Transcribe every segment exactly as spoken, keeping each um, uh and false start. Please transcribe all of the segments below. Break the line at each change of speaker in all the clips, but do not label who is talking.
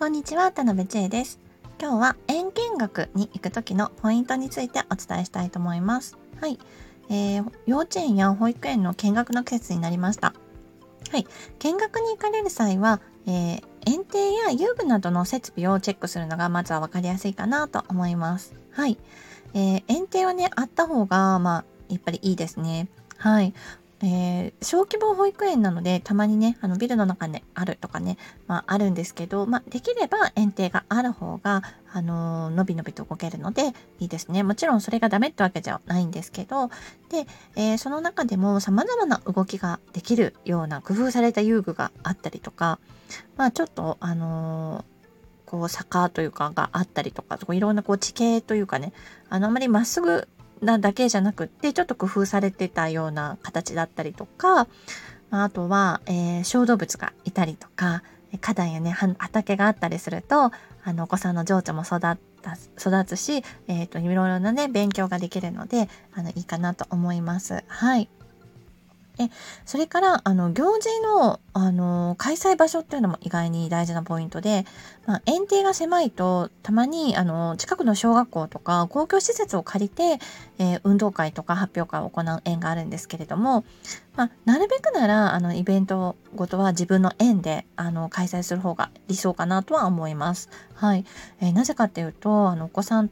こんにちは、田辺千恵です。今日は園見学に行く時のポイントについてお伝えしたいと思います。はい、えー、幼稚園や保育園の見学の季節になりました。はい、見学に行かれる際は、えー、園庭や遊具などの設備をチェックするのがまずは分かりやすいかなと思います。はい、えー、園庭はねあった方がまあやっぱりいいですね。はい。えー、小規模保育園なのでたまにねあのビルの中にあるとかね、まあ、あるんですけど、まあ、できれば園庭がある方が、あのーのびのびと動けるのでいいですね。もちろんそれがダメってわけじゃないんですけど、で、えーその中でも様々な動きができるような工夫された遊具があったりとか、まあちょっとあのーこう坂というかがあったりとか、こういろんなこう地形というかね、あのあまりまっすぐなだけじゃなくってちょっと工夫されてたような形だったりとか、まあ、あとは、えー小動物がいたりとか、花壇やねは畑があったりすると、あのお子さんの情緒も育った育つし、えーといろいろなね勉強ができるので、あのいいかなと思います。はい。で、それから、あの、行事の、あの、開催場所っていうのも意外に大事なポイントで、まあ、園庭が狭いと、たまに、あの、近くの小学校とか公共施設を借りて、えー運動会とか発表会を行う園があるんですけれども、まあ、なるべくなら、あの、イベントごとは自分の園で、あの、開催する方が理想かなとは思います。はい。えーなぜかっていうと、あの、お子さんって、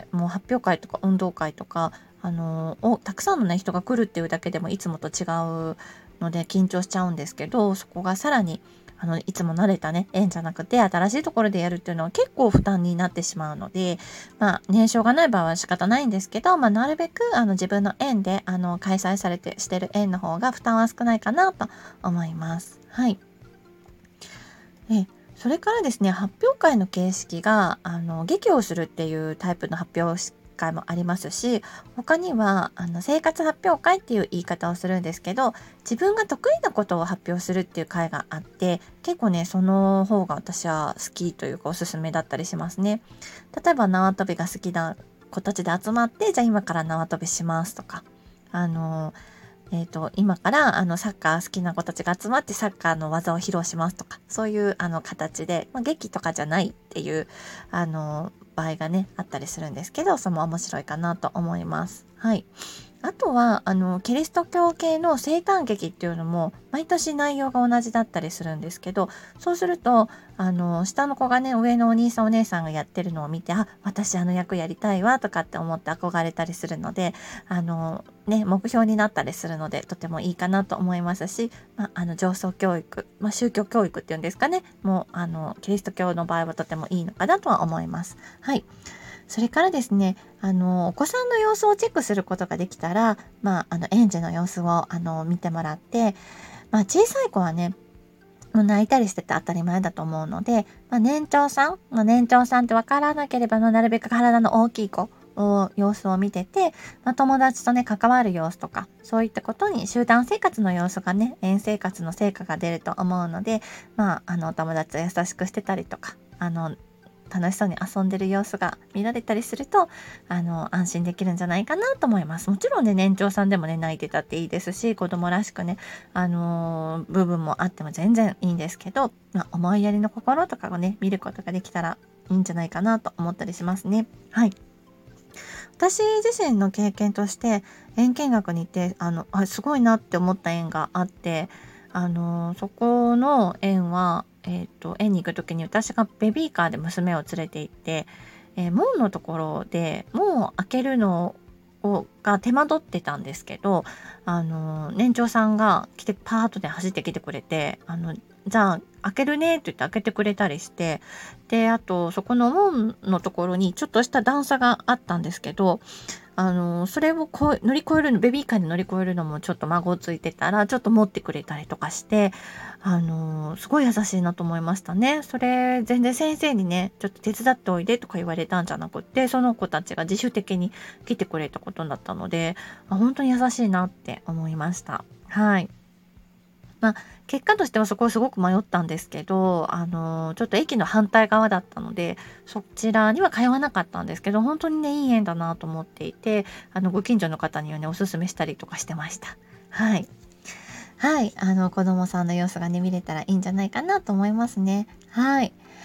もう発表会とか運動会とか、あのおたくさんのね人が来るっていうだけでもいつもと違うので緊張しちゃうんですけど、そこがさらにあのいつも慣れたね園じゃなくて新しいところでやるっていうのは結構負担になってしまうので、まあ年少がない場合は仕方ないんですけど、まあ、なるべくあの自分の園であの開催されてしてる園の方が負担は少ないかなと思います。はい。でそれからですね、発表会の形式があの劇をするっていうタイプの発表会もありますし、他にはあの生活発表会っていう言い方をするんですけど、自分が得意なことを発表するっていう会があって、結構ねその方が私は好きというかおすすめだったりしますね。例えば縄跳びが好きな子たちで集まって、じゃあ今から縄跳びしますとか、あのえーと、今からあのサッカー好きな子たちが集まってサッカーの技を披露しますとか、そういうあの形で、まあ、劇とかじゃないっていうあの場合がねあったりするんですけど、それも面白いかなと思います。はい。あとはあのキリスト教系の生誕劇っていうのも毎年内容が同じだったりするんですけど、そうするとあの下の子がね上のお兄さんお姉さんがやってるのを見て、あ、私あの役やりたいわとかって思って憧れたりするので、あのね目標になったりするのでとてもいいかなと思いますし、まあ、あの上層教育、まあ、宗教教育っていうんですかね、もうあのキリスト教の場合はとてもいいのかなとは思います。はい。それからですね、あの、お子さんの様子をチェックすることができたら、まあ、あの、園児の様子を、あの、見てもらって、まあ、小さい子はね、もう泣いたりしてて当たり前だと思うので、まあ、年長さん、まあ、年長さんってわからなければ、まあなるべく体の大きい子を、様子を見てて、まあ、友達とね、関わる様子とか、そういったことに集団生活の様子がね、園生活の成果が出ると思うので、まあ、あの、お友達と優しくしてたりとか、あの、楽しそうに遊んでる様子が見られたりすると、あの安心できるんじゃないかなと思います。もちろんね年長さんでもね泣いてたっていいですし、子供らしくねあのー部分もあっても全然いいんですけど、まあ、思いやりの心とかをね見ることができたらいいんじゃないかなと思ったりしますね。はい。私自身の経験として園見学に行ってあのあすごいなって思った園があって、あのそこの園は、えー、と園に行く時に私がベビーカーで娘を連れて行って、えー門のところで門を開けるのをが手間取ってたんですけど、あの年長さんが来てパーッとで走ってきてくれて、あのじゃあ開けるねって言って開けてくれたりして、であとそこの門のところにちょっとした段差があったんですけど、あのそれをこう乗り越えるの、ベビーカーに乗り越えるのもちょっと孫ついてたらちょっと持ってくれたりとかして、あのすごい優しいなと思いましたね。それ全然先生にねちょっと手伝っておいでとか言われたんじゃなくって、その子たちが自主的に来てくれたことだったので、あ本当に優しいなって思いました。はい。まあ、結果としてはそこをすごく迷ったんですけど、あの、ちょっと駅の反対側だったので、そちらには通わなかったんですけど、本当にね、いい縁だなと思っていて、あの、ご近所の方にはね、おすすめしたりとかしてました。はい。はい。あの、子供さんの様子がね、見れたらいいんじゃないかなと思いますね。はい。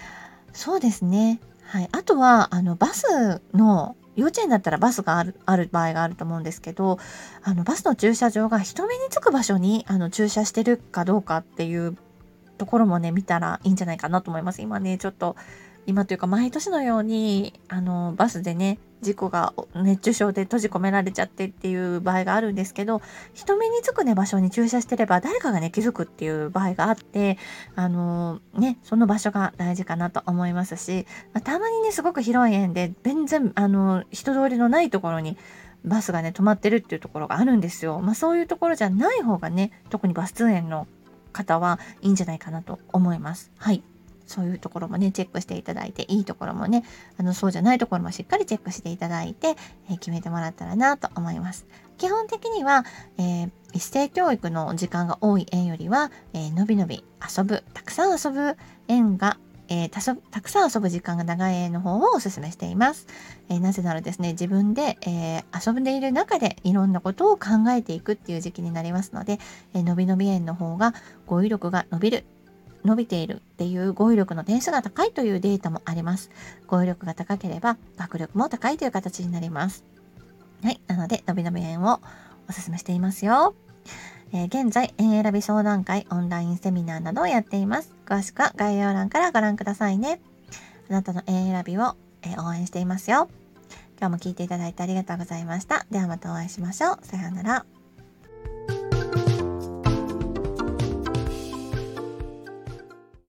そうですね。はい。あとは、あの、バスの幼稚園だったらバスがあるある場合があると思うんですけど、あの、バスの駐車場が人目につく場所に、あの、駐車してるかどうかっていうところもね、見たらいいんじゃないかなと思います。今ね、ちょっと、今というか毎年のように、あの、バスでね、事故が熱中症で閉じ込められちゃってっていう場合があるんですけど、人目につくね、場所に駐車してれば誰かがね、気づくっていう場合があって、あの、ね、その場所が大事かなと思いますし、まあ、たまにね、すごく広い園で、全然、あの、人通りのないところに、バスがね、止まってるっていうところがあるんですよ。まあそういうところじゃない方がね、特にバス通園の方はいいんじゃないかなと思います。はい。そういうところもね、チェックしていただいて、いいところもね、あの、そうじゃないところもしっかりチェックしていただいて、えー決めてもらったらなと思います。基本的には、えー一斉教育の時間が多い園よりは、えーのびのび遊ぶ、たくさん遊ぶ園が、えーたそたくさん遊ぶ時間が長い園の方をお勧めしています。えーなぜならですね、自分で、えー遊んでいる中でいろんなことを考えていくっていう時期になりますので、えーのびのび園の方が語彙力が伸びる、伸びているっていう語彙力の点数が高いというデータもあります。語彙力が高ければ学力も高いという形になります。はい。なので、のびのび園をお勧めしていますよ。えー現在、園選び相談会、オンラインセミナーなどをやっています。詳しくは概要欄からご覧くださいね。あなたの園選びを、えー応援していますよ。今日も聞いていただいてありがとうございました。ではまたお会いしましょう。さようなら。